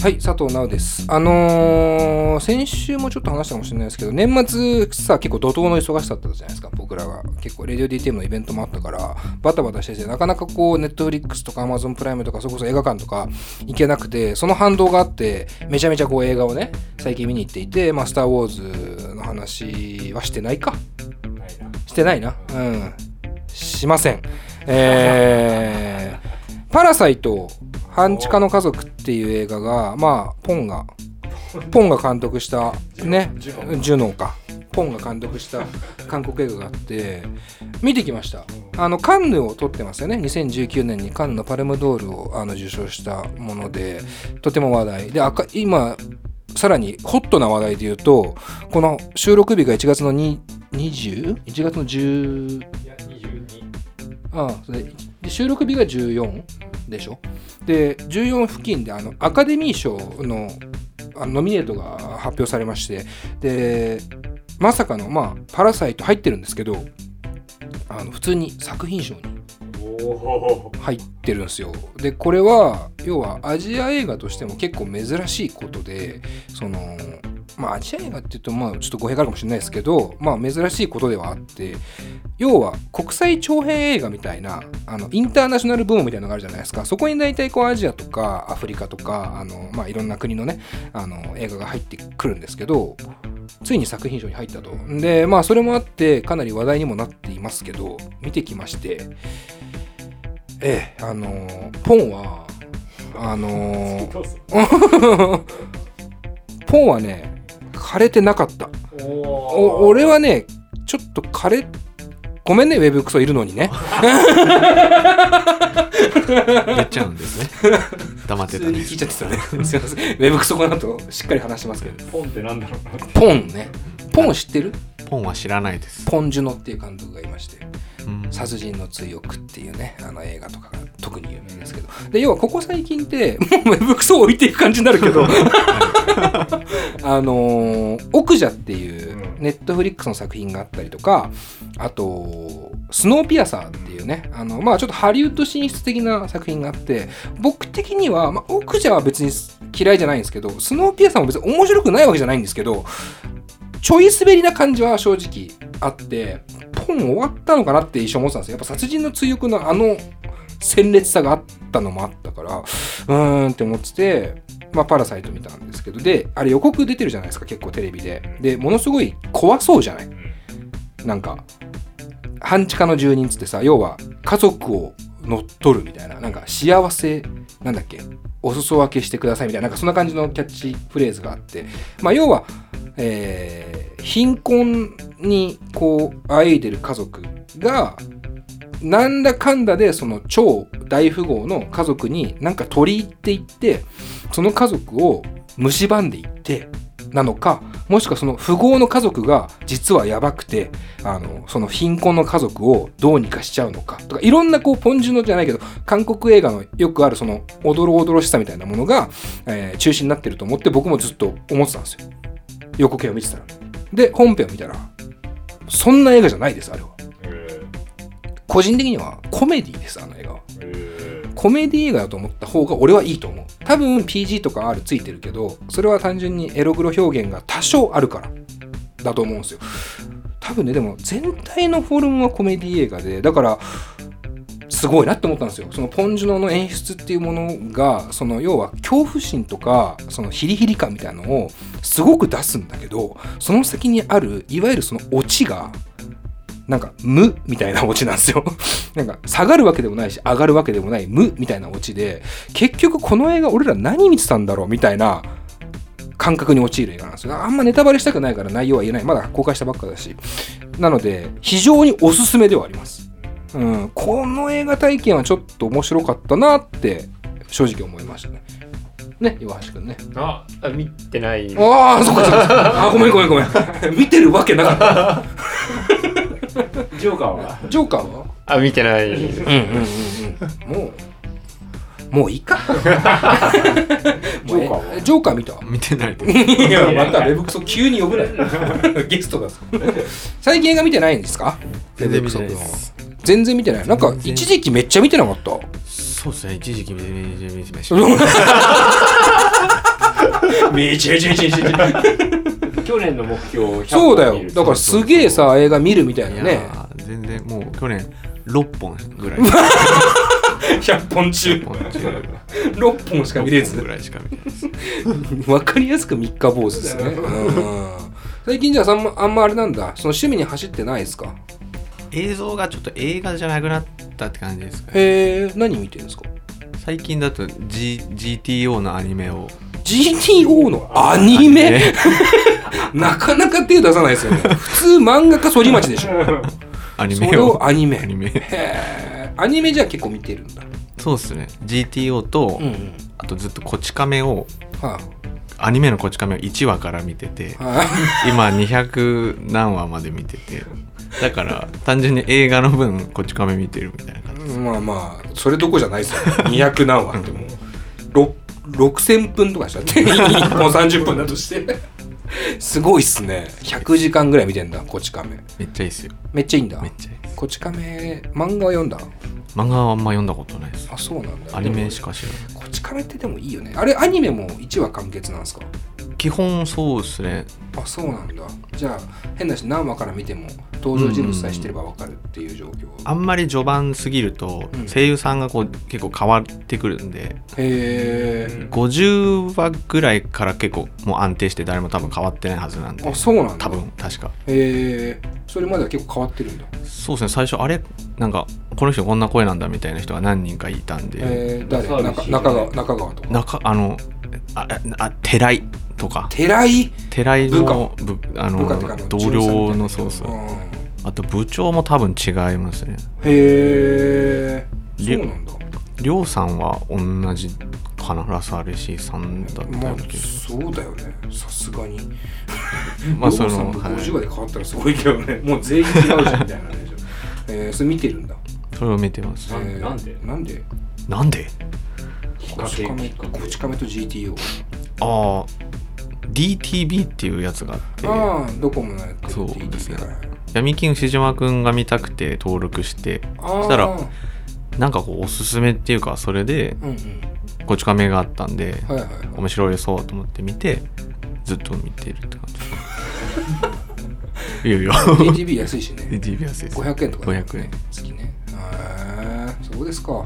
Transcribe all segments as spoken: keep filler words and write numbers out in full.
はい、佐藤直です。あのー、先週もちょっと話したかもしれないですけど、年末さ、結構怒涛の忙しさだったじゃないですか、僕らが。結構、レディオ ディーティーエム のイベントもあったから、バタバタしてて、なかなかこう、ネットフリックスとか Amazon プライムとか、それこそ映画館とか行けなくて、その反動があって、めちゃめちゃこう映画をね、最近見に行っていて、まあ、スター・ウォーズの話はしてないか。してないな。うん。しません。えー、パラサイト、半地下の家族っていう映画が、まあ、ポンが、ポンが監督した、ね、ジュノーか。ポンが監督した韓国映画があって、見てきました。あの、カンヌを撮ってますよね。にせんじゅうきゅうねんにカンヌのパルムドールをあの受賞したもので、とても話題。で、赤今、さらにホットな話題で言うと、この収録日がいちがつのにじゅう いちがつのじゅう、いや、にじゅうに。ああ、それで、収録日がじゅうよんでしょ。で、じゅうよん付近であのアカデミー賞のあのノミネートが発表されまして、で、まさかの、まあ、パラサイト入ってるんですけど、あの普通に作品賞に入ってるんですよ。で、これは要はアジア映画としても結構珍しいことで、そのまあアジア映画って言うとまあちょっと語弊があるかもしれないですけど、まあ珍しいことではあって、要は国際長編映画みたいなあのインターナショナルブームみたいなのがあるじゃないですか。そこに大体こうアジアとかアフリカとかあのまあいろんな国のねあの映画が入ってくるんですけど、ついに作品賞に入ったと。で、まあそれもあってかなり話題にもなっていますけど、見てきまして、ええあのポンはあのポンはね枯れてなかった。お俺はねちょっと枯れごめんね、ウェブクソいるのにね言っちゃうんですね。黙ってたね。 普通に聞いちゃってたね。すいません。ウェブクソこの後しっかり話しますけど。 ポンってなんだろうな。 ポンね。ポン知ってる？ ポンは知らないです。 ポンジュノっていう監督がいまして、 うん、 殺人の追憶っていうねあの映画とかが特に有名ですけど、で要はここ最近ってもうウェブクソを置いていく感じになるけどあのー、オクジャっていうネットフリックスの作品があったりとか、あとスノーピアサーっていうねあのまあちょっとハリウッド進出的な作品があって、僕的には、まあ、オクジャは別に嫌いじゃないんですけど、スノーピアサーも別に面白くないわけじゃないんですけど、ちょい滑りな感じは正直あって、ポン終わったのかなって一瞬思ってたんですよ。やっぱ殺人の追憶のあの鮮烈さがあったのもあったから、うーんって思ってて、まあパラサイト見たんですけど、で、あれ予告出てるじゃないですか、結構テレビで。で、ものすごい怖そうじゃない？なんか、半地下の住人つってさ、要は家族を乗っ取るみたいな、なんか幸せ、なんだっけ、お裾分けしてくださいみたいな、なんかそんな感じのキャッチフレーズがあって、まあ要は、えー、貧困にこうあえいでる家族がなんだかんだでその超大富豪の家族になんか取り入っていって、その家族を蝕んでいってなのか、もしくはその富豪の家族が実はやばくて、あのその貧困の家族をどうにかしちゃうのかとか、いろんなこうポンジュのじゃないけど韓国映画のよくあるそのおどろおどろしさみたいなものが、えー、中心になってると思って僕もずっと思ってたんですよ、予告編を見てたら。で本編を見たらそんな映画じゃないです。あれは個人的にはコメディです。あの映画はコメディ映画だと思った方が俺はいいと思う。多分 ピージー とか R ついてるけど、それは単純にエログロ表現が多少あるからだと思うんですよ。多分ね、でも全体のフォルムはコメディ映画で、だからすごいなって思ったんですよ。そのポンジュノの演出っていうものが、その要は恐怖心とかそのヒリヒリ感みたいなのをすごく出すんだけど、その先にあるいわゆるそのオチがなんか無みたいなオチなんですよ。なんか下がるわけでもないし上がるわけでもない無みたいなオチで、結局この映画俺ら何見てたんだろうみたいな感覚に陥る映画なんですよ。あんまネタバレしたくないから内容は言えない。まだ公開したばっかだし。なので非常におすすめではあります。うん、この映画体験はちょっと面白かったなって正直思いましたね。ね、岩橋くんね。 あ、見てない。 ああ、そっかそっか。あ、ごめんごめんごめん。見てるわけなかった。 ジョーカーは？ ジョーカーは？ あ、見てない。うんうんうんうん。もうもういいか。ジョーカーは？ジョーカー見た？ 見てないです。 いや、またウェブクソ急に呼ぶなよ。ゲストだ。最近映画見てないんですか？ 全然見てないです。 全然見てない。なんか一時期めっちゃ見てなかった。 そうですね、一時期見て見て見てました。 めちゃめちゃめちゃめちゃ去年の目標ひゃっぽんそうだよ見るだからすげえさ映画見るみたいなねいやー全然もう去年ろっぽんぐらいひゃっぽん中ろっぽんしか見れずぐらいしか見れず分かりやすく三日坊主だよねうん最近じゃあさんまあんまあれなんだその趣味に走ってないですか映像がちょっと映画じゃなくなったって感じですか。 へえ何見てるんですか最近だと、G、ジーティーオー のアニメをジーティーオー のアニメなかなか手出さないですよね普通漫画か反町でしょアニメをそれをアニメアニメへーアニメじゃ結構見てるんだそうですね ジーティーオー と、 うんうんあとずっとこち亀をはアニメのこち亀をいちわから見ててあ、は今にひゃくなんわまで見ててだから単純に映画の分こち亀見てるみたいな感じあ、まあまあそれどこじゃないですよにひゃく何話ってもうろくせんぷんとかしちゃっていっぽんさんじゅっぷんだとしてすごいっすねひゃくじかんぐらい見てんだこち亀めっちゃいいっすよめっちゃいいんだめっちゃいいですこち亀漫画は読んだ漫画はあんま読んだことないですあそうなんだアニメしか知らないこち亀ってでもいいよねあれアニメもいちわ完結なんですか基本そうですねあそうなんだじゃあ変なし何話から見ても登場人物さえ知ってれば分かるっていう状況、 あんまり序盤すぎると、 うん声優さんがこう結構変わってくるんでへえごじゅうわぐらいから結構もう安定して誰も多分変わってないはずなんであそうなんだ多分確かへえそれまでは結構変わってるんだそうですね最初あれなんかこの人こんな声なんだみたいな人が何人かいたんで、 えー、誰そう中中川中川とか中あのああ寺井とか寺井寺井の部あの部下ってかあの同僚のそうそううんあと部長も多分違いますねへえりそうなんだりょうさんは同じかなラスアレシーさんだったまあような気がそうだよねさすがにまあそりょうさんもの、はいごじゅうわで変わったらすごいけどねもう全員違うじゃんみたいなねえー、それ見てるんだそれを見てますなんえーなんでなんでなんでこち亀きっかけこち亀と ジーティーオーああ ディーティービー っていうやつがあってああドコモのやつそうですねはいはい闇金牛島くんが見たくて登録してあーそしたらなんかこうおすすめっていうかそれでうんうんこち亀があったんではいはい面白いそうと思って見てずっと見てるって感じいやいやディーティービー 安いしねディーティービー 安いですごひゃくえんとかごひゃくえん月ねへえそうですか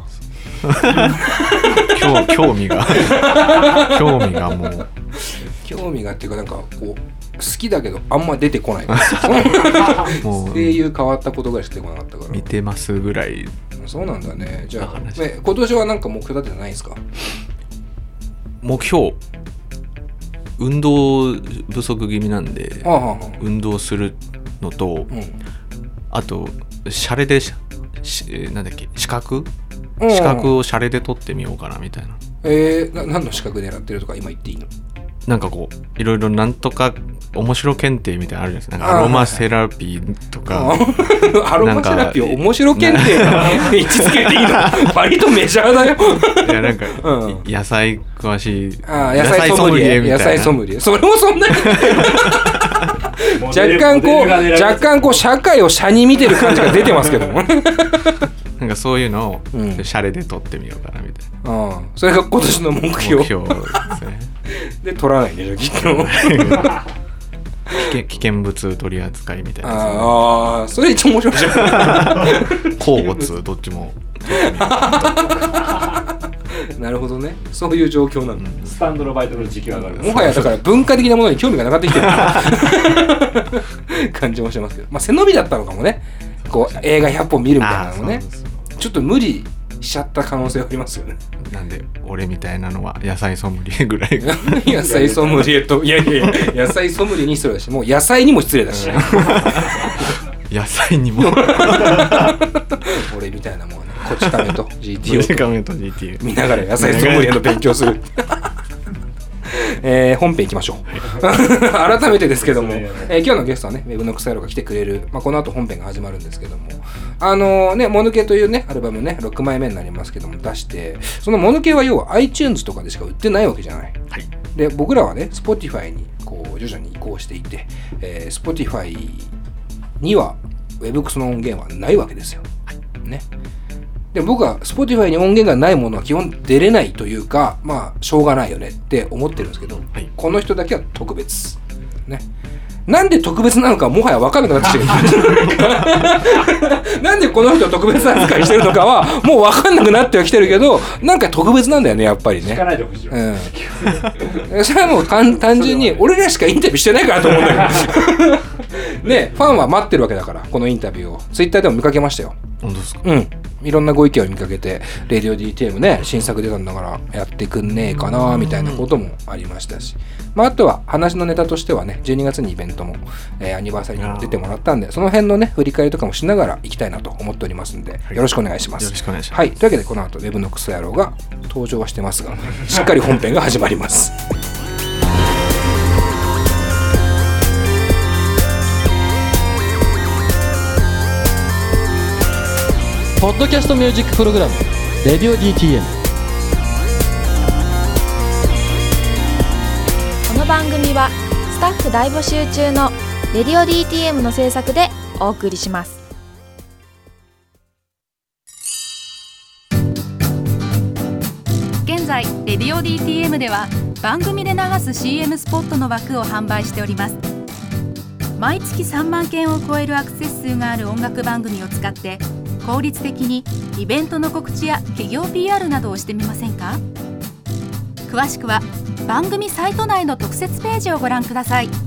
興興味が興味がもう興味がっていうかなんかこう好きだけどあんま出てこないもう声優変わったことぐらいしか出てこなかったから見てますぐらいそうなんだねじゃあ話ね今年はなんか目標立ててないですか目標運動不足気味なんではあはあはあ運動するのとうんあとシャレでししえーなんだっけ資格うん資格をシャレで取ってみようかなみたいなえー、な何の資格狙ってるとか今言っていいのなんかこういろいろなんとか面白検定みたいなのあるじゃないですかなんかアロマセラピーとかアロマセラピーを面白検定に位置づけていいの割とメジャーだよいやなんか、 うん野菜詳しいああ野菜ソムリエみたいな野菜ソムリエそれもそんなに若干こう若干こう社会を社に見てる感じが出てますけどもなんかそういうのをうんシャレで取ってみようかなみたいな、 ああそれが今年の目標目標ですねで取らないんでしょきっと危険危険物取り扱いみたいなああそれ一番面白いじゃん甲乙どっちもなるほどねそういう状況なんだ、 スタンドのバイトの時給上がるもはやだから文化的なものに興味がなかったきてる感じもしてますけど、まあ、背伸びだったのかもねこう映画ひゃっぽん見るみたいなのもねあーそうですちょっと無理しちゃった可能性はありますよねなんで俺みたいなのは野菜ソムリエぐらいが野菜ソムリエといやいやいや野菜ソムリエに失礼だしもう野菜にも失礼だし野菜にも俺みたいなもんねこち亀と ジーティーオー と画面と ジーティー見ながら野菜ソムリエの勉強するえー、本編いきましょう改めてですけども、えー、今日のゲストはねウェブの草野郎が来てくれる、まあ、この後本編が始まるんですけどもあのー、ねもぬけというねアルバムねろくまいめになりますけども出してそのもぬけは要は iTunes とかでしか売ってないわけじゃない、 はい、 で僕らはね Spotify にこう徐々に移行していて、えー、Spotify には ウェブクソの音源はないわけですよ、はい、ねで僕は Spotify に音源がないものは基本出れないというか、まあしょうがないよねって思ってるんですけど、はい、この人だけは特別ね。なんで特別なのかもはや分かんなくなってきてるなんでこの人を特別扱いしてるのかはもう分かんなくなってはきてるけど、なんか特別なんだよねやっぱりね。 聞かないでほしい、うん、 それはもう単純に俺らしかインタビューしてないからと思うんだけどね、ファンは待ってるわけだから、このインタビューをツイッターでも見かけましたよ。 本当ですか？ うん、いろんなご意見を見かけて、レディオ ディーティーエム ね新作出たんだからやってくんねえかなみたいなこともありましたし、まあ、あとは話のネタとしてはね、じゅうにがつにイベントも、えー、アニバーサリーにも出てもらったんで、その辺のね振り返りとかもしながら行きたいなと思っておりますんで、はい、よろしくお願いします。 よろしくお願いします。 はい、というわけでこの後ウェブのクソ野郎が登場はしてますが、しっかり本編が始まりますポッドキャストミュージックプログラムレディオ ディーティーエム。 この番組はスタッフ大募集中のレディオ ディーティーエム の制作でお送りします。 現在レディオ ディーティーエム では番組で流す シーエム スポットの枠を販売しております。毎月さんまんけんを超えるアクセス数がある音楽番組を使って効率的にイベントの告知や企業 ピーアール などをしてみませんか？詳しくは番組サイト内の特設ページをご覧ください。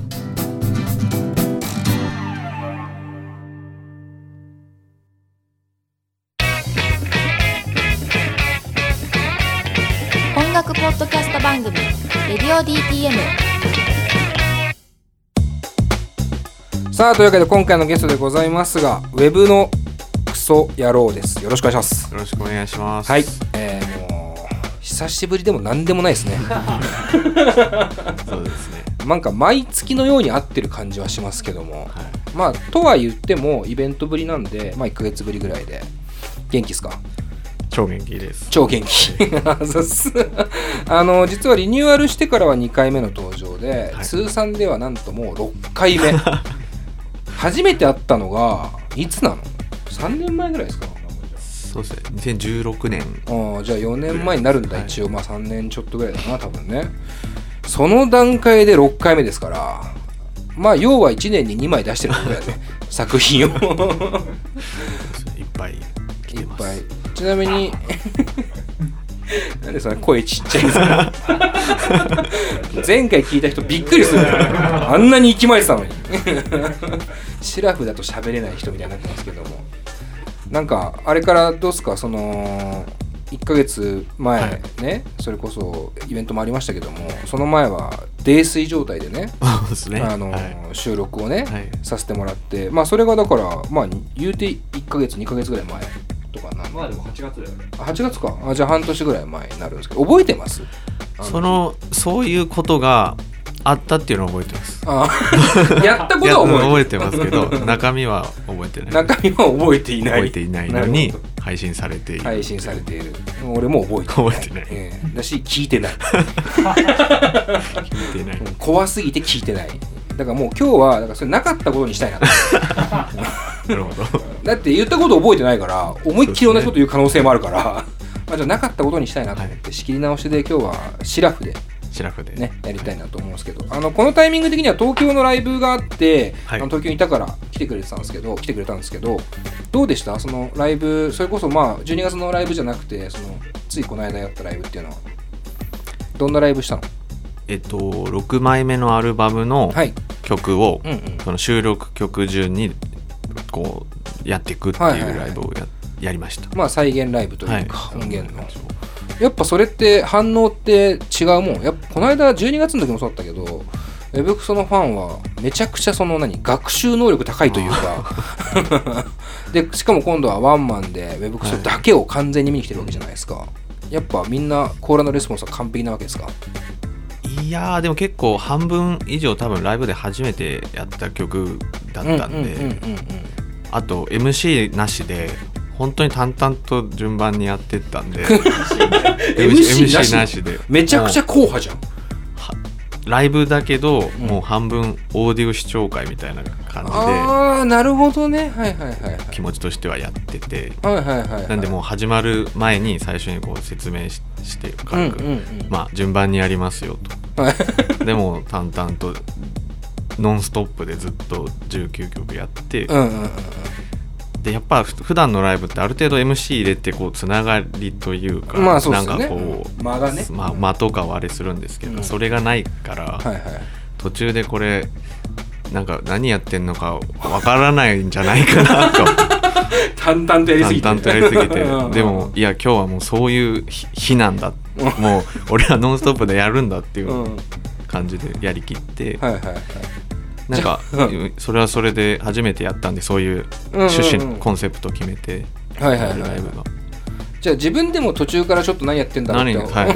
音楽ポッドキャスト番組レディオ ディーティーエム。 さあ、というわけで今回のゲストでございますが、ウェブのクソ野郎です。よろしくお願いします。 よろしくお願いします。 はい、えー、もう久しぶりでも何でもないですねそうですね。 なんか毎月のように会ってる感じはしますけども、はい、まあとは言ってもイベントぶりなんで、まあいっかげつぶりぐらいで。元気ですか？ 超元気です。 超元気そうっすあの実はリニューアルしてからはにかいめの登場で、はい、通算ではなんともうろっかいめ初めて会ったのがいつなの？さんねんまえぐらいですか？ そうですね、にせんじゅうろくねん。 ああ、じゃあよねんまえになるんだ、はい、一応まあさんねんちょっとぐらいだな多分ね。その段階でろっかいめですから、まあ要はいちねんににまい出してることだよね作品をいっぱい来てます。 いっぱい。ちなみになんでそんな声ちっちゃいんですか前回聞いた人びっくりするあんなに息巻いてたのにシラフだと喋れない人みたいになってますけども、なんかあれからどうすか、そのいっかげつまえね、はい、それこそイベントもありましたけども、その前は泥酔状態でね、 そうですね、 あの、はい、収録をね、はい、させてもらって、まあそれがだからまあ言うていっかげつにかげつぐらい前とかな。 まあでもはちがつだよね。 はちがつか。あ、じゃあ半年ぐらい前になるんですけど、覚えてます？ そのそういうことがあったっていうのを覚えてます。 あやったことは覚えてますけど中身は覚えてない。 中身は覚えていない。 覚えていないのに配信されている。 配信されている。俺も覚えてない。 覚えてない。 えー、だし聞いてない。 聞いてない。 怖すぎて聞いてない。だからもう今日はだからそれなかったことにしたいな。 なるほど。 だって言ったこと覚えてないから思いっきり同じこと言う可能性もあるから、まあじゃあなかったことにしたいなと思って、はい、仕切り直しで今日はシラフで。シラフでね、やりたいなと思うんですけど、あのこのタイミング的には東京のライブがあって、はい、あの東京にいたから来てくれてたんですけど来てくれたんですけどどうでした？そのライブ、それこそまあじゅうにがつのライブじゃなくて、そのついこの間やったライブっていうのはどんなライブしたの？ えっとろくまいめのアルバムの曲を、はい、うんうん、その収録曲順にこうやっていくっていうライブを や,、はいはいはい、やりました。 まあ再現ライブというか、はい、音源のやっぱそれって反応って違うもん。やっぱこの間じゅうにがつの時もそうだったけど、ウェブクソのファンはめちゃくちゃその何学習能力高いというかでしかも今度はワンマンでウェブクソだけを完全に見に来てるわけじゃないですか、はい、やっぱみんなコーラのレスポンスは完璧なわけですか？ いやーでも結構半分以上多分ライブで初めてやった曲だったんで、あと エムシー なしで本当に淡々と順番にやってったんでエムシーなしでめちゃくちゃ硬派じゃん。 ライブだけど、 うん、 もう半分オーディオ視聴会みたいな感じで、 ああなるほどね、はいはいはい、はい、 気持ちとしてはやってて、 はいはいはい、はい、 なんでもう始まる前に最初にこう説明 し, して軽く、 うんうんうん、 まあ順番にやりますよとでも淡々とノンストップでずっとじゅうきゅうきょくやって、うんうんうんうん、でやっぱ普段のライブってある程度 エムシー 入れてこうつながりというか、 まあそうですね、 なんかこう間がね、 まあ、間とかはあれするんですけど、うん、それがないから、はいはい、途中でこれなんか何やってんのかわからないんじゃないかなと淡々とやりすぎて淡々とやりすぎてでもいや今日はもうそういう日なんだもう俺はノンストップでやるんだっていう感じでやりきって、はいはいはい、なんかそれはそれで初めてやったんでそういう趣旨のコンセプトを決めてやるライブが、 じゃあ自分でも途中からちょっと何やってんだろうって、はい、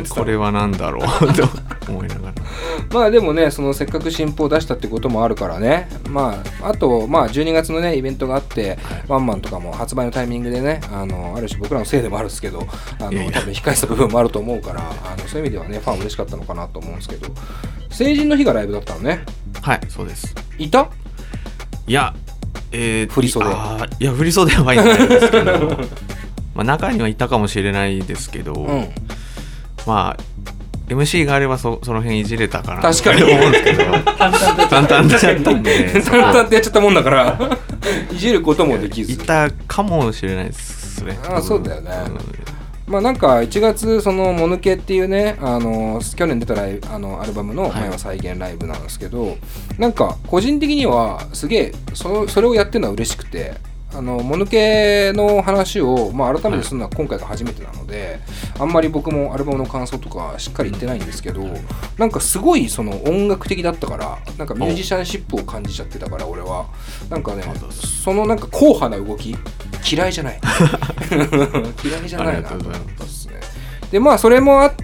これは何だろうと思いながらまあでもねそのせっかく新譜を出したってこともあるからね、まああとまあじゅうにがつのねイベントがあって、はい、ワンマンとかも発売のタイミングでね あのある種僕らのせいでもあるんですけどあのいやいや多分控えした部分もあると思うからあのそういう意味ではねファン嬉しかったのかなと思うんですけど、成人の日がライブだったのね。 はいそうです。 いた？ いやえー、 振り袖。 あいや振り袖はいないですけどまあ中にはいたかもしれないですけど、うん、まあエムシー があれば そ, その辺いじれたかな確かにと思うんですけど淡々とやっちゃったんで淡々とやっちゃったもんだからいじることもできずいたかもしれないですね。 ああそうだよね、うん、まあなんかいちがつそのモヌケっていうねあの去年出たライブあのアルバムの前は再現ライブなんですけど、はい、なんか個人的にはすげえ そ, それをやってるのは嬉しくてあのモヌケの話を、まあ、改めてするのは今回が初めてなので、はい、あんまり僕もアルバムの感想とかしっかり言ってないんですけど、なんかすごいその音楽的だったからなんかミュージシャンシップを感じちゃってたから俺はなんかねそのなんか硬派な動き嫌いじゃない嫌いじゃないなと思ったですね。でまあそれもあって、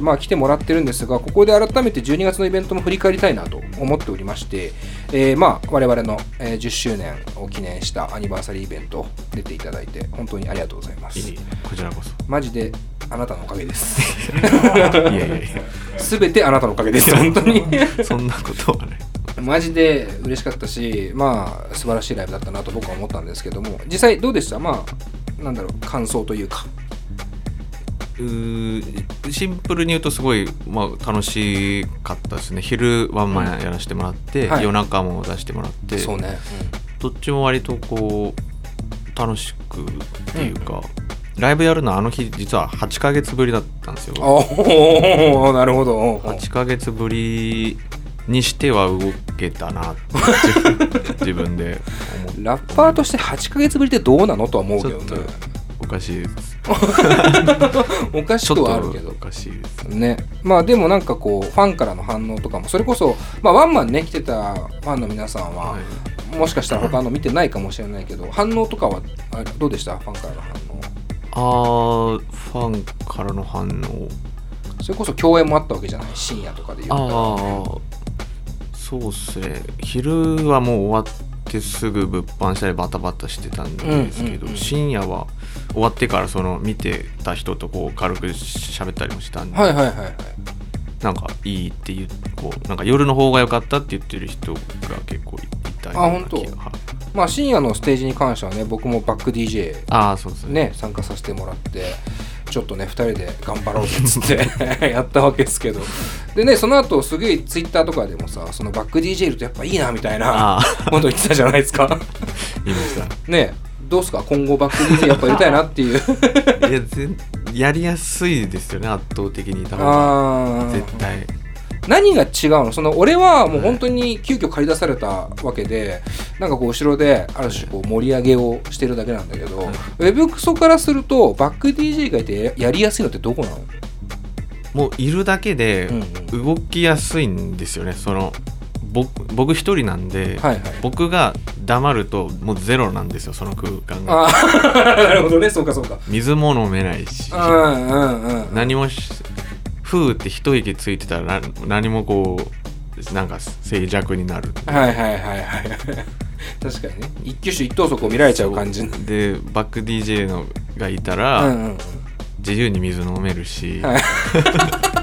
まあ、来てもらってるんですがここで改めてじゅうにがつのイベントも振り返りたいなと思っておりまして、えー、まあ我々のじゅっしゅうねんを記念したアニバーサリーイベント出ていただいて本当にありがとうございます。 いいこちらこそマジであなたのおかげですいやいやいや全てあなたのおかげです本当にそんなことはねマジで嬉しかったしまあ素晴らしいライブだったなと僕は思ったんですけども実際どうでした？まあなんだろう感想というかうーシンプルに言うとすごい、まあ、楽しかったですね。昼ワンマンやらせてもらって、うんはい、夜中も出してもらってそうね、 うん、どっちも割とこう楽しくっていうか、うん、ライブやるのはあの日実ははちかげつぶりだったんですよ。 おなるほど。 はちかげつぶりにしては動けたなって自分で思って。 ラッパーとしてはちかげつぶりってどうなのとは思うけどね。 おかしいですおかしくはあるけどおかしいですね。まあでもなんかこうファンからの反応とかもそれこそ、まあ、ワンマンね来てたファンの皆さんは、はい、もしかしたら他の見てないかもしれないけど反応とかはどうでした？ファンからの反応。あーファンからの反応それこそ共演もあったわけじゃない？深夜とかで言ったら。あーそうっすね。昼はもう終わってすぐ物販したりバタバタしてたんですけど、うんうんうん、深夜は終わってからその見てた人とこう軽く喋ったりもしたんで、 はいはいはいはい、 なんかいいっていうこうなんか夜の方が良かったって言ってる人が結構いたような気が。あ本当。まあ深夜のステージに関してはね僕もバック ディージェーあそうですね、 ね参加させてもらってちょっとねふたりで頑張ろうぜっつってやったわけですけどでねその後すげえツイッターとかでもさそのバック ディージェー いるとやっぱいいなみたいなこと言ってたじゃないですか言いましたね。どうすか今後バック ディージェー やっぱやりたいなっていういや全やりやすいですよね圧倒的に。多分絶対何が違うの？その俺はもう本当に急遽借り出されたわけで、はい、なんかこう後ろである種こう盛り上げをしてるだけなんだけど、はい、ウェブクソからするとバック ディージェー がいてやりやすいのってどこなの？ もういるだけで動きやすいんですよね、うんうん、その僕, 僕一人なんで、はいはい、僕が黙るともうゼロなんですよその空間が。 あなるほどねそうかそうか。 水も飲めないし、うんうんうん、何もしふーって一息ついてたら何もこうなんか静寂になる。 はいはいはいはい確かにね一挙手一投足を見られちゃう感じでバック ディージェー のがいたら、うんうんうん、自由に水飲めるし、はい、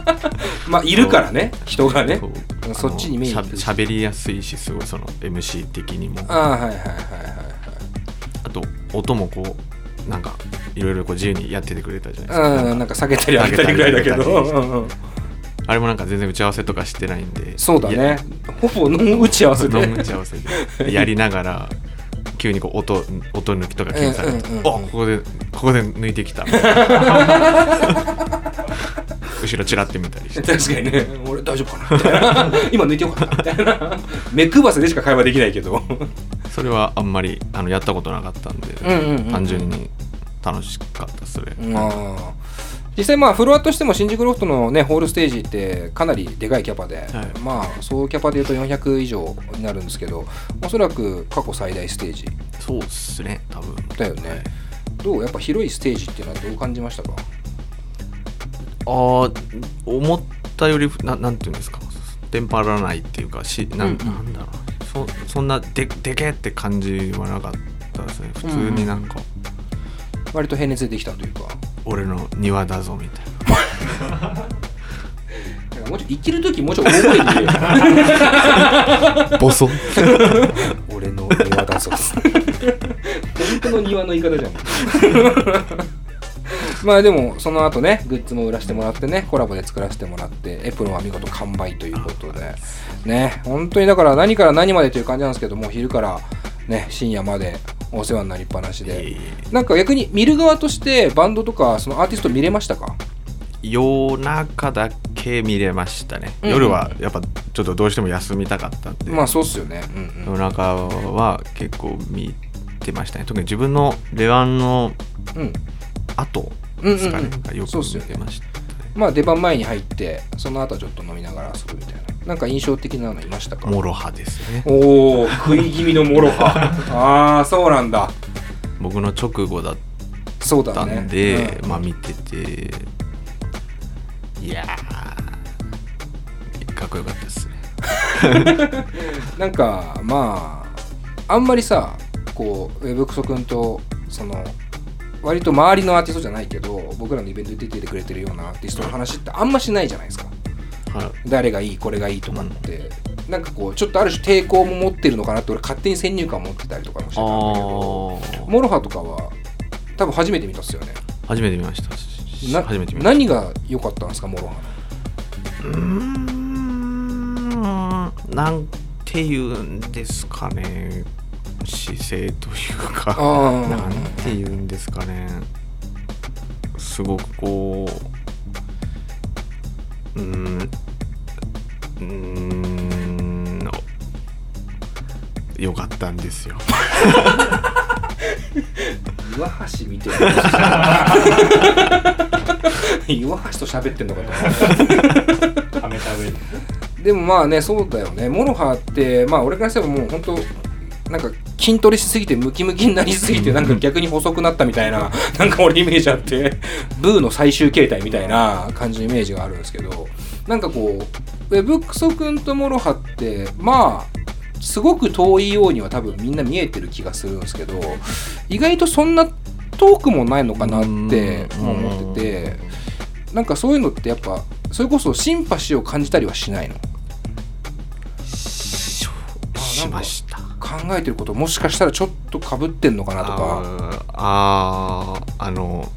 まあいるからね人がねそうそっちにメインしゃべりやすいしすごいその エムシー 的にもああはいはいはいはいはいあと音もこうなんかいろいろこう自由にやっててくれたじゃないですか。 うんなんか下げたり上げたりぐらいだけどあれもなんか全然打ち合わせとかしてないんでそうだねほぼノン打ち合わせでノン打ち合わせでやりながら急にこう 音, 音抜きとか検査されて、うんうんうん、おここでここで抜いてきた後ろチラって見たりして確かにね俺大丈夫かなみたいな今抜いてよかったみたいな目くばせでしか会話できないけどそれはあんまりあのやったことなかったんで、うんうんうんうん、単純に楽しかったそれ、うん、あ実際まあフロアとしても新宿ロフトのねホールステージってかなりでかいキャパで、はい、まあ総キャパでいうとよんひゃく以上になるんですけどおそらく過去最大ステージそうっすね多分だよね、はい、どうやっぱ広いステージっていうのはどう感じましたか？ ああ思ったより な, なんていうんですかテンパらないっていうかし な, ん、なんだろう そ, そんな で, でけって感じはなかったですね普通になんか、 うん、割と平熱でできたというか俺の庭だぞみたいななんかもうちょい生きるときもうちょい大声でボソ俺の庭だぞ本当の庭の言い方じゃんまあでもその後ねグッズも売らせてもらってねコラボで作らせてもらってエプロンは見事完売ということでね本当にだから何から何までという感じなんですけども昼からね深夜までお世話になりっぱなしでなんか逆に見る側としてバンドとかそのアーティスト見れましたか？ 夜中だけ見れましたね、うんうん、夜はやっぱちょっとどうしても休みたかったんでまあそうっすよね、うんうん、 夜中は結構見てましたね特に自分の出番の後ですかね、うんうんうん、よく見てました、ね、 まあ出番前に入ってその後ちょっと飲みながら遊ぶみたいななんか印象的なのいましたか？ モロハですねおお食い気味のモロハああそうなんだ僕の直後だったんで、ねうん、まあ見てていやーかっこよかったですねなんかまああんまりさこうウェブクソ君とその割と周りのアーティストじゃないけど僕らのイベントに出てくれてるようなアーティストの話ってあんましないじゃないですか、はい、誰がいいこれがいいとかって、うん、なんかこうちょっとある種抵抗も持ってるのかなって俺勝手に先入観持ってたりとかもしてたんだけどモロハとかは多分初めて見たっすよね。 初めて見ましたな初めて見ました。何が良かったんですかモロハの？ うーんなんていうんですかね姿勢というかなんていうんですかねすごくこううーんうーんよかったんですよ岩橋見てる岩橋と喋ってんのかと思ったためためでもまあねそうだよねモロハってまあ俺からすればもう本当なんか筋トレしすぎてムキムキになりすぎてなんか逆に細くなったみたいななんか俺イメージあってブーの最終形態みたいな感じのイメージがあるんですけどなんかこうウェブクソ君とモロハってまあすごく遠いようには多分みんな見えてる気がするんですけど意外とそんな遠くもないのかなって思っててなんかそういうのってやっぱそれこそシンパシーを感じたりはしないの？ しました考えてることもしかしたらちょっと被ってんのかなとかあああの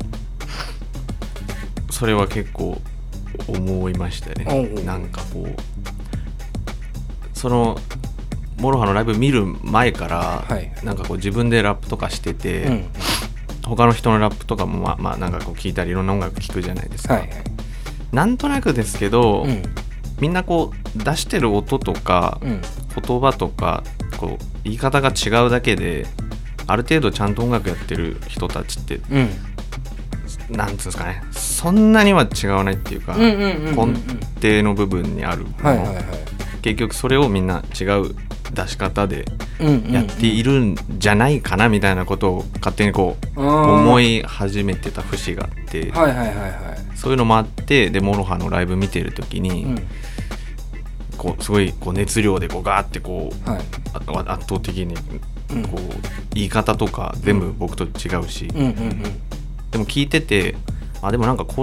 それは結構思いましたね。なんかこうそのモロハのライブ見る前から、はい、なんかこう自分でラップとかしてて、うん、他の人のラップとかもまあまあなんかこう聞いたりいろんな音楽聞くじゃないですか、はいはい、なんとなくですけど、うん、みんなこう出してる音とか、うん、言葉とかこう言い方が違うだけである程度ちゃんと音楽やってる人たちって、うん、なんつうんですかねそんなには違わないっていうか、うんうんうんうん、根底の部分にあるもの、はいはいはい、結局それをみんな違う出し方でやっているんじゃないかなみたいなことを勝手にこう思い始めてた節があって、はいはいはいはい、そういうのもあってでモロハのライブ見てる時に、うん、こうすごいこう熱量でこうガーってこう、はい、圧倒的にこう、うん、言い方とか全部僕と違うし、うんうんうんうん、でも聞いててあでもなんかこ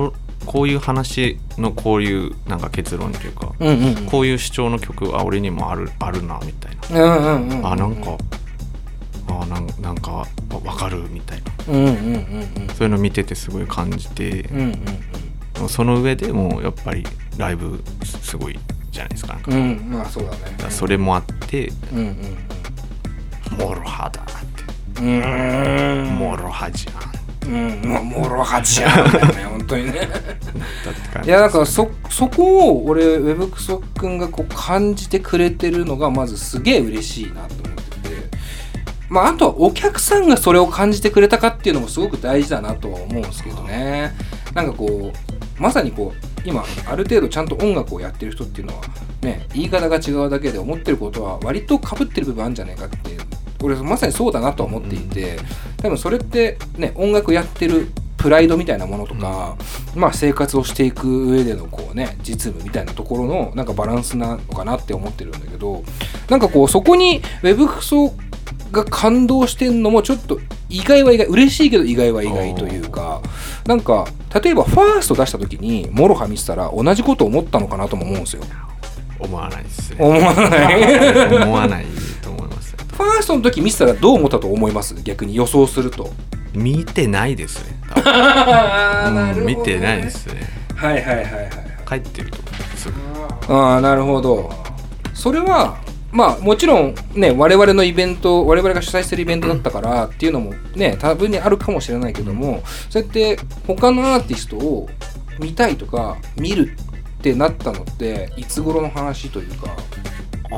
こういう話のこういうなんか結論というか、 うんうんうん、 こういう主張の曲は俺にもあるあるなみたいな、 うんうんうんうん、 あなんかあなんなんか分かるみたいな、 うんうんうんうん、 そういうの見ててすごい感じて、うんうんうん、その上でもうやっぱりライブすごいじゃないですか。なんか、 うん、まあそうだね。 だそれもあって、 うんうんうん、 モロハだって、 うーん、 モロハじゃん、 うん、まあモロハじゃんだよね本当にね。いやだからそそこを俺ウェブクソくんがこう感じてくれてるのがまずすげえ嬉しいなと思ってて、まああとはお客さんがそれを感じてくれたかっていうのもすごく大事だなとは思うんですけどね。なんかこうまさにこう今ある程度ちゃんと音楽をやってる人っていうのはね、言い方が違うだけで思ってることは割と被ってる部分あるんじゃないかっていう、俺まさにそうだなとは思っていて、多分それってね、音楽やってるプライドみたいなものとか、うん、まあ生活をしていく上でのこうね、実務みたいなところのなんかバランスなのかなって思ってるんだけど、なんかこうそこにウェブクソが感動してんのもちょっと意外は意外、嬉しいけど意外は意外というか、なんか例えばファースト出した時にモロハ見てたら同じこと思ったのかなとも思うんですよ。 思わないですね。 思わない思わないと思います。 ファーストの時見てたらどう思ったと思います？逆に予想すると。 見てないですね。 あ、なるほどね、 見てないですね。 はいはいはいはい。 帰ってると思う。すぐ。ああ、なるほど。それはまあもちろんね、我々のイベント、我々が主催してるイベントだったからっていうのもね、多分にあるかもしれないけども、そうやって他のアーティストを見たいとか見るってなったのっていつ頃の話というか。 ああ、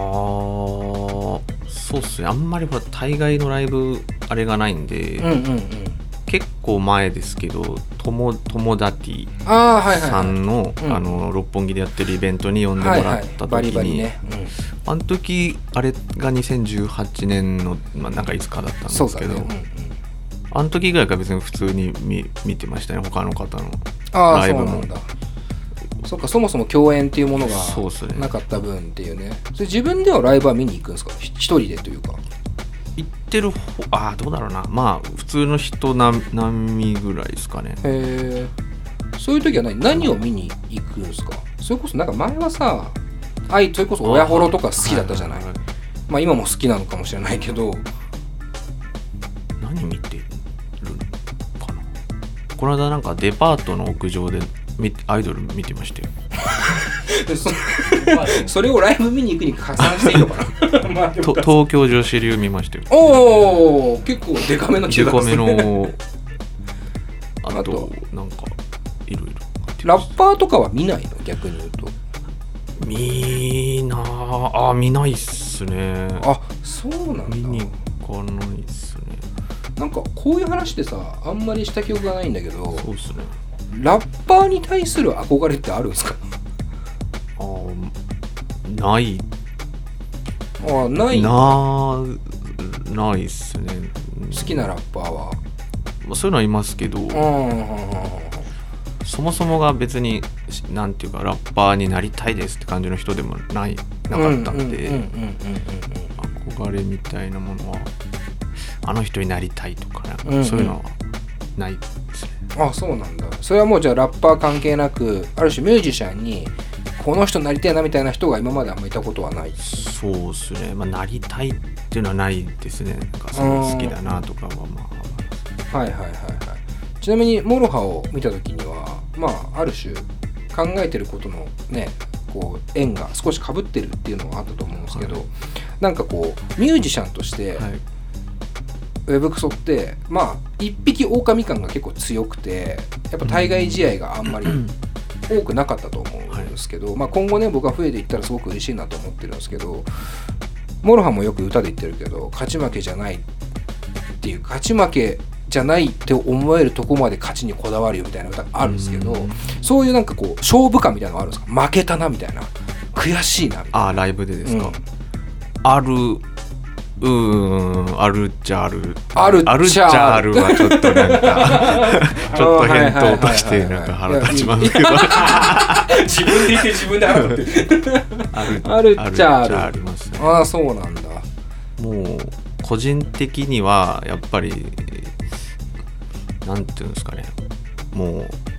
そうっすね。あんまりほら大概のライブあれがないんで、うんうんうん、結構前ですけど、とも友達さんの、はいはいはい、あの六本木でやってるイベントに呼んでもらった時に、あの時あれがにせんじゅうはちねんの、まあ、なんかいつかだったんですけど、ね、うんうん、あの時ぐらいから別に普通に 見, 見てましたね、他の方のライブも。 そうか、そもそも共演っていうものがなかった分っていうね。それ自分ではライブは見に行くんですか？一人でというか。 行ってる方、ああどうだろうな、まあ普通の人並みぐらいですかね。 へえ。そういう時は何何を見に行くんですか？それこそなんか前はさ、あいそれこそ親ホロとか好きだったじゃない。はいはいはい、まあ今も好きなのかもしれないけど。 何見てるかな。この間なんかデパートの屋上でアイドル見てましたよ。 そ, それをライブ見に行くに加算していいのかな。まあ、 東京女子流見ましたよ。 おお、結構デカめの中学生。デカめのあとなんかいろいろ。 ラッパーとかは見ないの？逆に言うと。 見なあ、見ないっすね。 あ、そうなんだ。 見に行かないっすね。 なんかこういう話ってさ、あんまりした記憶がないんだけど。 そうっすね。 ラッパーに対する憧れってあるんですか？ あ、ない。 あ、ないなないっすね。 好きなラッパーは、 まあ、そういうのはいますけど、そもそもが別になんていうかラッパーになりたいですって感じの人でもないなかったんで、憧れみたいなものはあの人になりたいとか、なんかそういうのはないですね。 あ、そうなんだ。それはもうじゃあラッパー関係なく、ある種ミュージシャンにこの人になりたいなみたいな人が今まであんまいたことはない？ そうですね、まあ、なりたいっていうのはないですね。なんかその好きだなとかはまあ、はいはいはいはい。ちなみにモロハを見た時には、まあある種考えてることのね、こう縁が少し被ってるっていうのはあったと思うんですけど、はい、なんかこうミュージシャンとして、はい、ウェブクソってまあ一匹狼感が結構強くて、やっぱ対外試合があんまり多くなかったと思うんですけど、はい、まあ、今後ね僕が増えていったらすごく嬉しいなと思ってるんですけど、モロハもよく歌で言ってるけど、勝ち負けじゃないっていう、勝ち負けじゃないって思えるとこまで勝ちにこだわるよみたいな歌があるんですけど、そういうなんかこう勝負感みたいなのがあるんですか？負けたなみたいな、悔しいなみたいな。 あ、ライブでですか？うん、ある。うーん、あるっちゃある。 あるっちゃあるはちょっとなんかちょっと返答としてなんか腹立ちますけど、 自分で言って自分で腹立ってる。あるっちゃある。 ありますね。 ああ、そうなんだ。 もう個人的にはやっぱりなんていうんですかね、もう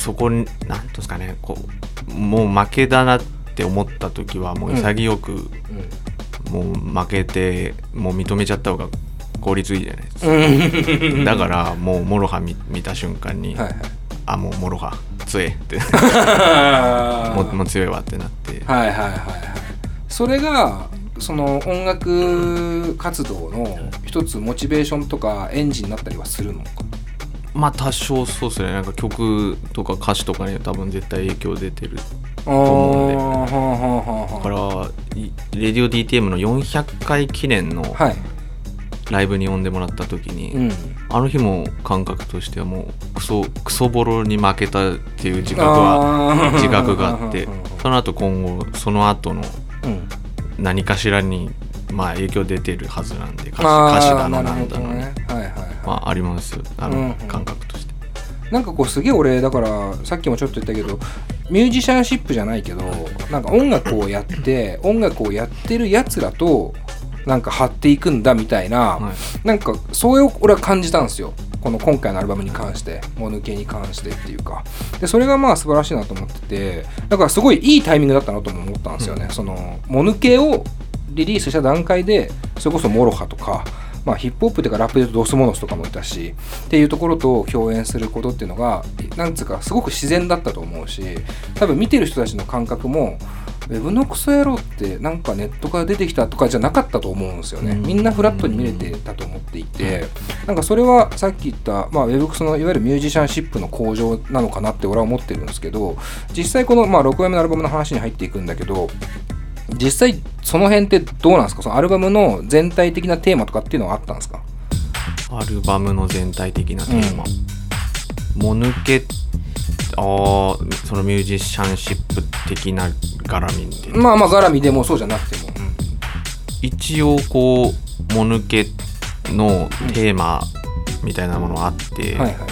そこになんていうんですかね、こうもう負けだなって思った時はもう潔く、うんもう負けてもう認めちゃった方が効率いいじゃないですかだからもうモロハ 見, 見た瞬間に、はいはい、あもうモロハ強えっても, もう強いわってなってはいはいはいはいそれがその音楽活動の一つモチベーションとかエンジンになったりはするのか。 まあ多少そうですね。なんか曲とか歌詞とかには多分絶対影響出てると思うんで、だからレディオ ディーティーエム のよんひゃっかい記念のライブに呼んでもらった時に、はいうん、あの日も感覚としてはもうクソクソボロに負けたっていう自覚は自覚があってその後今後その後の何かしらにまあ影響出てるはずなんで、歌詞、歌詞だのなんだのね、はいはいはい、まあありますよ、あの感覚として、 うんうん、なんかこうすげえ俺だからさっきもちょっと言ったけどミュージシャンシップじゃないけどなんか音楽をやって音楽をやってるやつらとなんか張っていくんだみたいな、はい、なんかそういう俺は感じたんですよ、この今回のアルバムに関してもぬけに関してっていうかで、それがまあ素晴らしいなと思ってて、だからすごいいいタイミングだったなとも思ったんですよね、うん、そのもぬけをリリースした段階でそれこそモロハとか、まあ、ヒップホップというかラップで言うとドスモノスとかもいたしっていうところと共演することっていうのがなんつうかすごく自然だったと思うし、多分見てる人たちの感覚もウェブのクソ野郎ってなんかネットから出てきたとかじゃなかったと思うんですよね。みんなフラットに見れてたと思っていて、なんかそれはさっき言った、まあ、ウェブクソのいわゆるミュージシャンシップの向上なのかなって俺は思ってるんですけど、実際この、まあ、ろくまいめのアルバムの話に入っていくんだけど、実際その辺ってどうなんですか、そのアルバムの全体的なテーマとかっていうのはあったんですか。 アルバムの全体的なテーマ、うん、もぬけあそのミュージシャンシップ的な絡みでまあまあ絡みでもそうじゃなくても、うん、 一応こうもぬけのテーマみたいなものがあって、うんはいはい、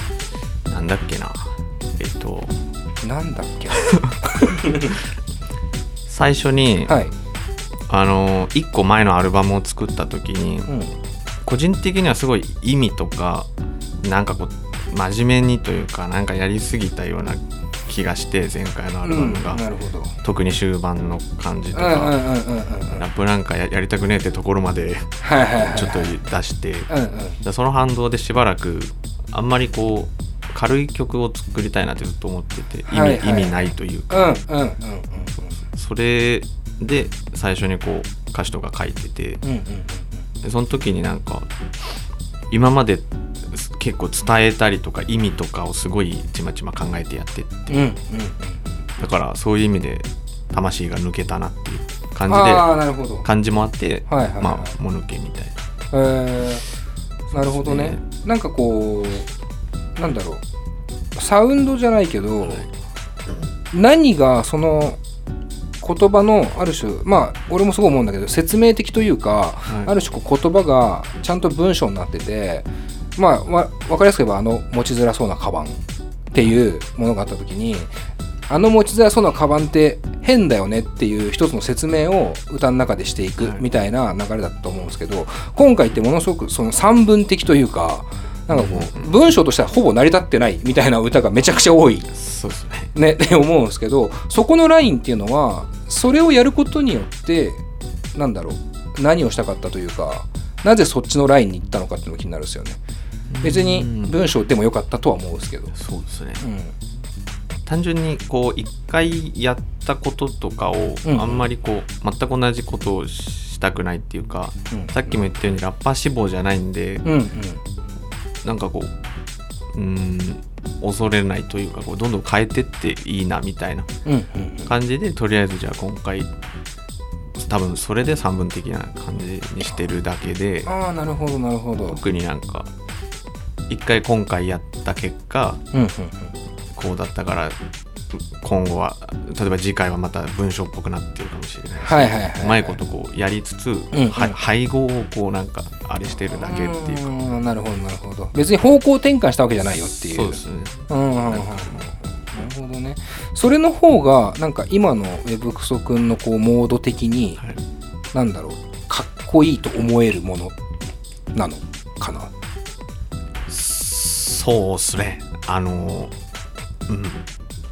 なんだっけなえっとなんだっけ最初に、はい、あのいっこまえのアルバムを作った時に、うん、個人的にはすごい意味とかなんかこう真面目にというかなんかやりすぎたような気がして前回のアルバムが、うん、なるほど特に終盤の感じとかラップなんか や, やりたくねえってところまでちょっと出して、うんうん、その反動でしばらくあんまりこう軽い曲を作りたいなってずっと思ってて意味、はいはい、意味ないというか、うんうんうんうん、それで最初にこう歌詞とか書いてて、うんうんうん、でその時になんか今まで結構伝えたりとか意味とかをすごいちまちま考えてやってって、うんうんうん、だからそういう意味で魂が抜けたなっていう感じであなるほど感じもあって、はいはいはい、まあもぬけみたいな、 えー、なるほどね。なんかこうなんだろうサウンドじゃないけど、はい、何がその言葉のある種まあ俺もすごい思うんだけど説明的というか、はい、ある種こう言葉がちゃんと文章になっててまあ、まあ、分かりやすく言えばあの持ちづらそうなカバンっていうものがあった時にあの持ちづらそうなカバンって変だよねっていう一つの説明を歌の中でしていくみたいな流れだったと思うんですけど、今回ってものすごくその散文的というかなんかこう文章としてはほぼ成り立ってないみたいな歌がめちゃくちゃ多いそうですねって思うんですけど、そこのラインっていうのはそれをやることによってなんだろう何をしたかったというかなぜそっちのラインに行ったのかっていうのが気になるんですよね。別に文章でもよかったとは思うんですけど、 そうですね、うん、単純にこう一回やったこととかをあんまりこう全く同じことをしたくないっていうか、うん、さっきも言ったようにラッパー志望じゃないんで、うんうん、なんかこう、うーん恐れないというかこうどんどん変えてっていいなみたいな感じで、とりあえずじゃあ今回多分それで散文的な感じにしてるだけで、 ああなるほどなるほど、 特になんか一回今回やった結果、うんうんうん、こうだったから今後は例えば次回はまた文章っぽくなってるかもしれないし、はいはいはいはい、うまいことこうやりつつ、うんうん、配合をこうなんかあれしてるだけっていうか、 うんなるほどなるほど、別に方向転換したわけじゃないよっていう。 そうですね、 うんうんうんうん、なるほどね。それの方がなんか今のウェブクソくんのこうモード的に、はい、なんだろうかっこいいと思えるものなのかな。 そうっすね、あのうん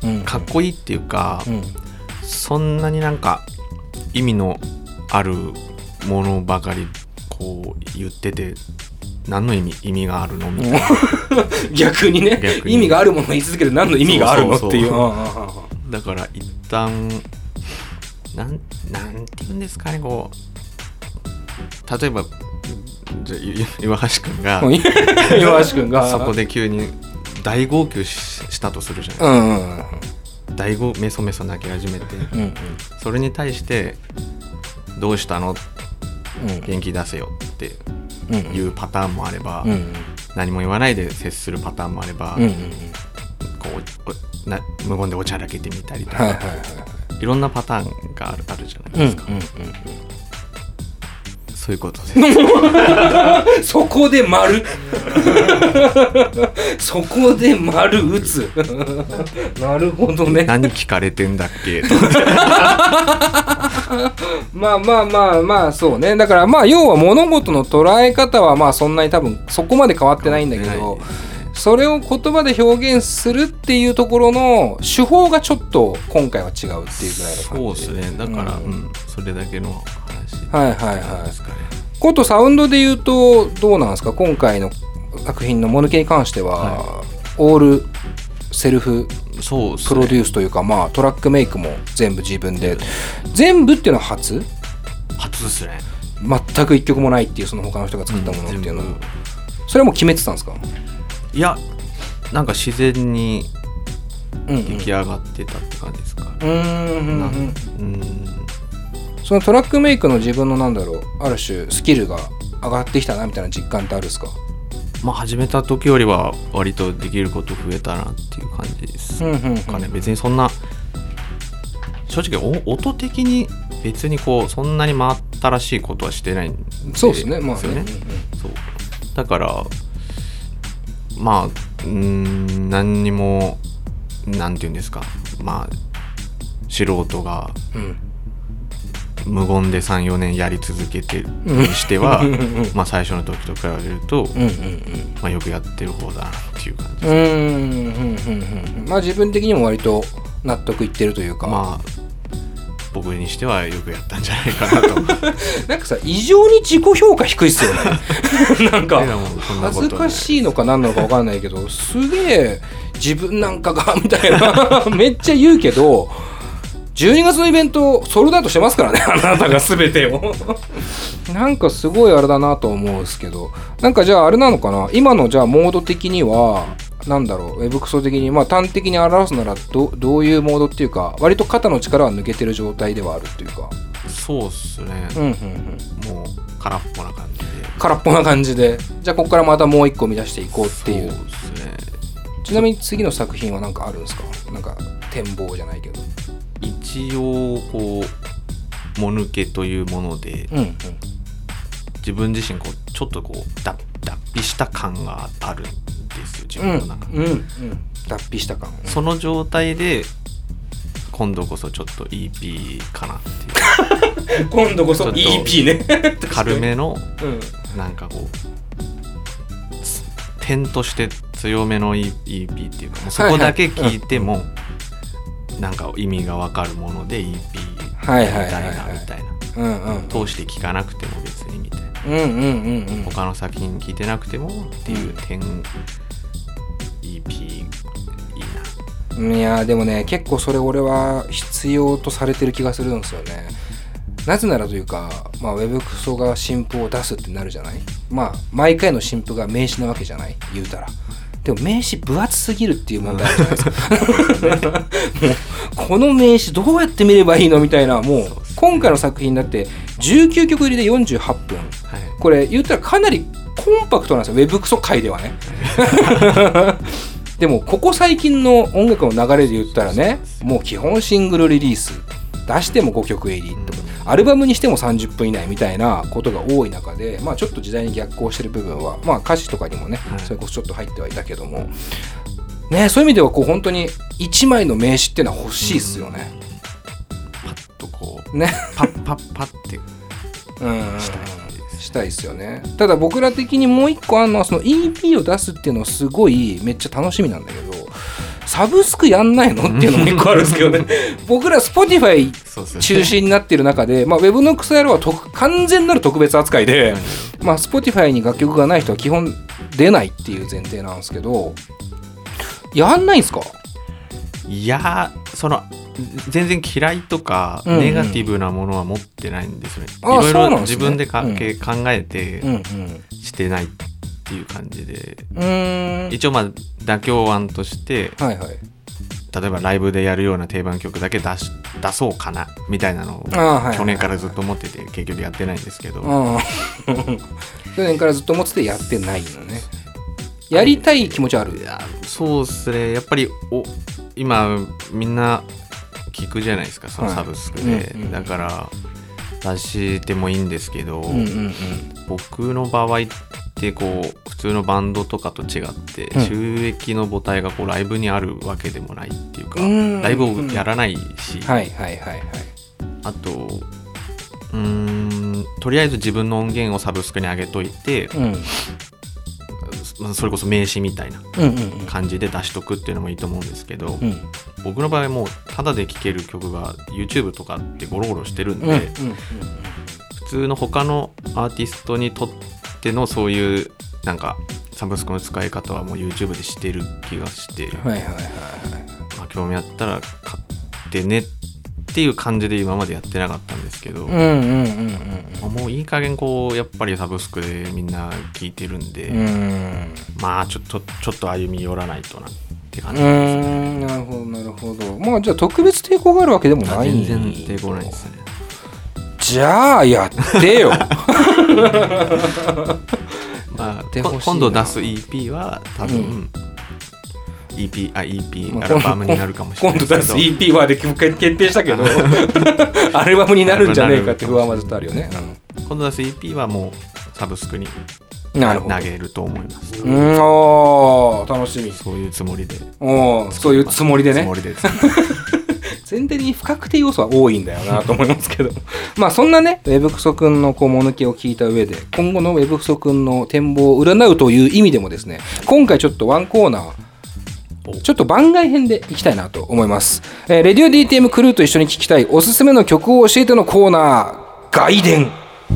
かっこいいっていうか、 うん、 そんなになんか意味のあるものばかりこう言ってて何の意味意味があるのみたいな逆にね逆に意味があるものを言い続けて何の意味があるのそうそうそうっていうだから一旦なんなんていうんですかねこう例えばじゃ岩橋くんが岩橋くんがそこで急に大号泣 し, したとするじゃないですか、 うんうんうん、 大号メソメソ泣き始めて、 うんうん、 それに対してどうしたの、 うん、 元気出せよっていうパターンもあれば、 うんうん、 何も言わないで接するパターンもあれば、うんうんうん、こうな無言でおちゃらけてみたりとか、はいはいはい、いろんなパターンがあ る, あるじゃないですか、うんうんうんうん、そういうことですそこで丸そこで丸打つなるほどね何聞かれてんだっけまあまあまあまあそうねだからまあ要は物事の捉え方はまあそんなに多分そこまで変わってないんだけど、それを言葉で表現するっていうところの手法がちょっと今回は違うっていうぐらいの感じ。 そうですねだから、うんうん、それだけの話はいはいはいですかね。ことサウンドで言うとどうなんですか今回の作品のもぬけに関しては、はい、オールセルフそうですね、 プロデュースというかまあトラックメイクも全部自分で全部っていうのは初初ですね全く一曲もないっていうその他の人が作ったものっていうの、うん、それはもう決めてたんですかいやなんか自然に出来上がってたって感じですか、うんうん、 うんそのトラックメイクの自分のなんだろうある種スキルが上がってきたなみたいな実感ってあるんですかまあ始めた時よりは割とできること増えたなっていう感じですかね、うんうんうん、別にそんな正直音的に別にこうそんなに真新しいことはしてないんでそうですねまあね、うんうん、 そうだからまあうーん何にもなんていうんですかまあ素人が、うん無言で さん,よ 年やり続けてるにしては、うん、まあ最初の時と比べると、うんうんうんまあ、よくやってる方だなっていう感じです、うんうんうんうん、まあ自分的にも割と納得いってるというかまあ僕にしてはよくやったんじゃないかなとなんかさ異常に自己評価低いっすよねなんか恥ずかしいのか何なのか分かんないけどすげえ自分なんかがみたいなめっちゃ言うけどじゅうにがつのイベントソールドアウトしてますからねあなたが全てをなんかすごいあれだなと思うんですけどなんかじゃああれなのかな今のじゃあモード的にはなんだろうウェブクソ的にまあ端的に表すなら ど, どういうモードっていうか割と肩の力は抜けてる状態ではあるっていうかそうっすね、うんうんうん、もう空っぽな感じで空っぽな感じでじゃあここからまたもう一個生み出していこうっていうそうですねちなみに次の作品は何かあるんですかなんか展望じゃないけど一応こうもぬけというもので、うんうん、自分自身こうちょっとこう脱皮した感があるんですよ自分の中で、うんうんうん、 脱皮した感、うん、 その状態で今度こそちょっと イーピー かなっていう今度こそ イーピー ね軽めの、うん、なんかこう点として強めの イーピー っていうかもうそこだけ聞いても、はいはいうんなんか意味が分かるもので イーピー みたいなみたいな通して聞かなくても別にみたいな、うんうんうんうん、他の作品聞いてなくてもっていう点、うん、イーピー いいないやでもね結構それ俺は必要とされてる気がするんですよねなぜならというか、まあ、ウェブクソが新譜を出すってなるじゃないまあ毎回の新譜が名詞なわけじゃない言うたらでも名詞分厚すぎるっていう問題あるじゃないですかもうこの名詞どうやって見ればいいのみたいなもう今回の作品だってじゅうきゅうきょく入りでよんじゅうはっぷん、はい、これ言ったらかなりコンパクトなんですよウェブクソ界ではねでもここ最近の音楽の流れで言ったらねもう基本シングルリリース出してもごきょく入りとか、うん、アルバムにしてもさんじゅっぷん以内みたいなことが多い中で、まあ、ちょっと時代に逆行してる部分は、まあ、歌詞とかにもね、はい、それこそちょっと入ってはいたけども、ね、そういう意味ではこう本当にいちまいの名詞っていうのは欲しいっすよね、 うん、パッとこう、 ね、 パッパッパッってしたいしたいですよね。ただ僕ら的にもう一個あるのはその イーピー を出すっていうのはすごいめっちゃ楽しみなんだけどサブスクやんないのっていうのも一個あるんですけどね僕ら Spotify 中心になっている中で、まあ、Web のクソ野郎は特完全なる特別扱いで、まあ、Spotify に楽曲がない人は基本出ないっていう前提なんですけど、やんないんすか？ いやその全然嫌いとかネガティブなものは持ってないんですよね、うんうん、いろいろ自分でか、うん、考えてしてないっていう感じで、うん、一応まあ妥協案として、はいはい、例えばライブでやるような定番曲だけ出し出そうかなみたいなのを去年からずっと思ってて結局やってないんですけど去年からずっと思っててやってないのね。やりたい気持ちある？ いやそうですね、やっぱりお今みんな聞くじゃないですか、そのサブスクで、はいうんうん、だから出してもいいんですけど、うんうんうん、僕の場合ってこう普通のバンドとかと違って収益の母体がこうライブにあるわけでもないっていうか、うん、ライブをやらないし、はいはいはいはい、あとうーんとりあえず自分の音源をサブスクに上げといて、うんそれこそ名刺みたいな感じで出しとくっていうのもいいと思うんですけど、うん、僕の場合もうタダで聴ける曲が YouTube とかってゴロゴロしてるんで、うんうんうん、普通の他のアーティストにとってのそういうなんかサブスクの使い方はもう YouTube でしてる気がして、はいはいはいはい、まあ、興味あったら買ってねっていう感じで今までやってなかったんですけど、うんうんうんうん、もういい加減こうやっぱりサブスクでみんな聞いてるんで、うんまあちょっとちょっと歩み寄らないとなって感じですね。 うんなるほどなるほど。まあじゃあ特別抵抗があるわけでもないん全然抵抗ないですね。 じゃあやってよまあ今度出す イーピー は多分、うんイーピー、あ イーピー アルバムになるかもしれないですけど、 今度出す イーピー はで決定したけどアルバムになるんじゃねえかって不安はずっとあるよね、 うん、今度出す イーピー はもうサブスクに投げると思います。 うん、お楽しみ。 そういうつもりでおそういうつもりでねつもりで全体的に不確定要素は多いんだよなと思いますけどまあそんなねウェブクソくんのこうもぬけを聞いた上で今後のウェブクソくんの展望を占うという意味でもですね、今回ちょっとワンコーナーちょっと番外編でいきたいなと思います。えー、レディオ ディーティーエム クルーと一緒に聞きたいおすすめの曲を教えてのコーナー、外伝。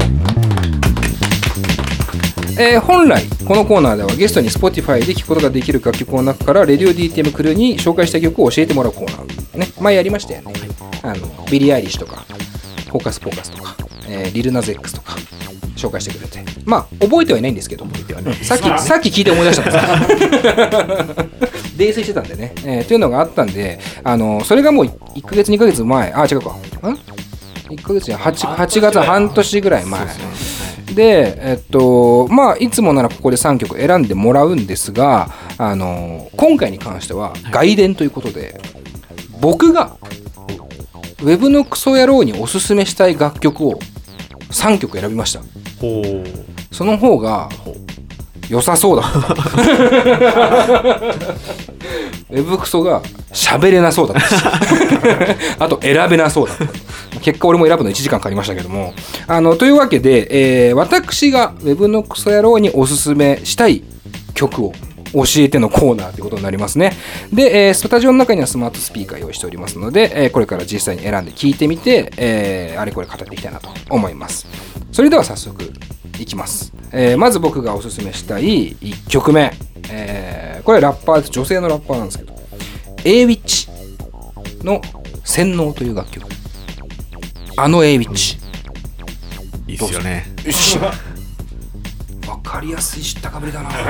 えー、本来このコーナーではゲストに Spotify で聴くことができる楽曲の中からレディオ ディーティーエム クルーに紹介した曲を教えてもらうコーナー、ね、前やりましたよね。あのビリー・アイリッシュとかフォーカス・フォーカスとか、えー、リルナズ X とか紹介してくれて、まあ覚えてはいないんですけどさっきさっき聞いて思い出したんです泥酔してたんでね、えー、というのがあったんで、あのそれがもういっかげつにかげつまえ、あ違うかんいっかげつや 8, 8月半年ぐらい前で、えっとまあいつもならここでさんきょく選んでもらうんですが、あの今回に関しては外伝ということで、僕がウェブのクソ野郎におすすめしたい楽曲をさんきょく選びました。ほうその方が良さそうだったウェブクソが喋れなそうだったあと選べなそうだった結果俺も選ぶのいちじかんかかりましたけども、あのというわけで、えー、私がウェブのクソ野郎におすすめしたい曲を教えてのコーナーということになりますね。で、えー、スタジオの中にはスマートスピーカー用意しておりますので、えー、これから実際に選んで聞いてみて、えー、あれこれ語っていきたいなと思います。それでは早速いきます。えー、まず僕がおすすめしたいいっきょくめ、えー、これラッパーです。女性のラッパーなんですけど A ウィッチの洗脳という楽曲。あの A ウィッチ、 いいっすよね。 よしわかりやすい知ったかぶりだな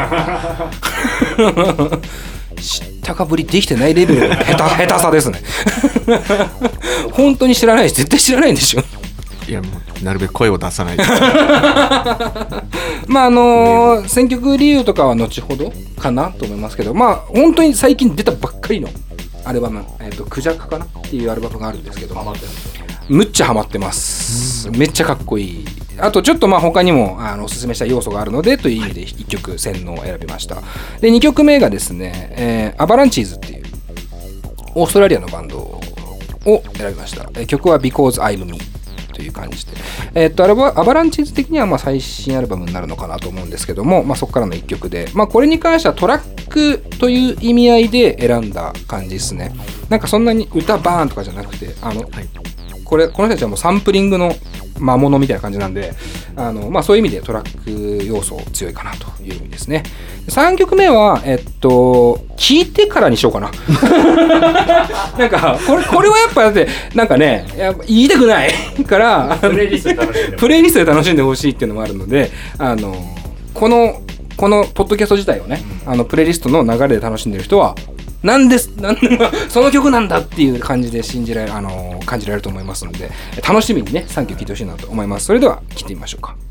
知ったかぶりできてないレベルの下手、下手さですね本当に知らないし絶対知らないんでしょ。 いやもうなるべく声を出さないまああのー、選曲理由とかは後ほどかなと思いますけど、まあ本当に最近出たばっかりのアルバム、えーと、クジャクかなっていうアルバムがあるんですけど、むっちゃハマってます。めっちゃかっこいい。あとちょっとまあ他にもあのおすすめした要素があるのでという意味でいっきょく洗脳を選びました。でにきょくめがですね、えー、アバランチーズっていうオーストラリアのバンドを選びました。曲は Because I'm Me という感じで、えー、っとアルバアバランチーズ的にはまあ最新アルバムになるのかなと思うんですけども、まあ、そこからのいっきょくで、まあ、これに関してはトラックという意味合いで選んだ感じですね。なんかそんなに歌バーンとかじゃなくて、あの、はい、これこの人たちはもうサンプリングの魔物みたいな感じなんで、あの、まあ、そういう意味でトラック要素強いかなという意味ですね。さんきょくめは、えっと、聴いてからにしようかな。なんかこれ、これはやっぱだってなんかね、やっぱ言いたくないからプレイリストで楽しんでプレイリストで楽しんでほしいっていうのもあるので、あのこのこのポッドキャスト自体をね、あのプレイリストの流れで楽しんでる人はなんですなんその曲なんだっていう感じで信じられあの感じられると思いますので、楽しみにねさんきょく聴いてほしいなと思います。それでは聴いてみましょうか。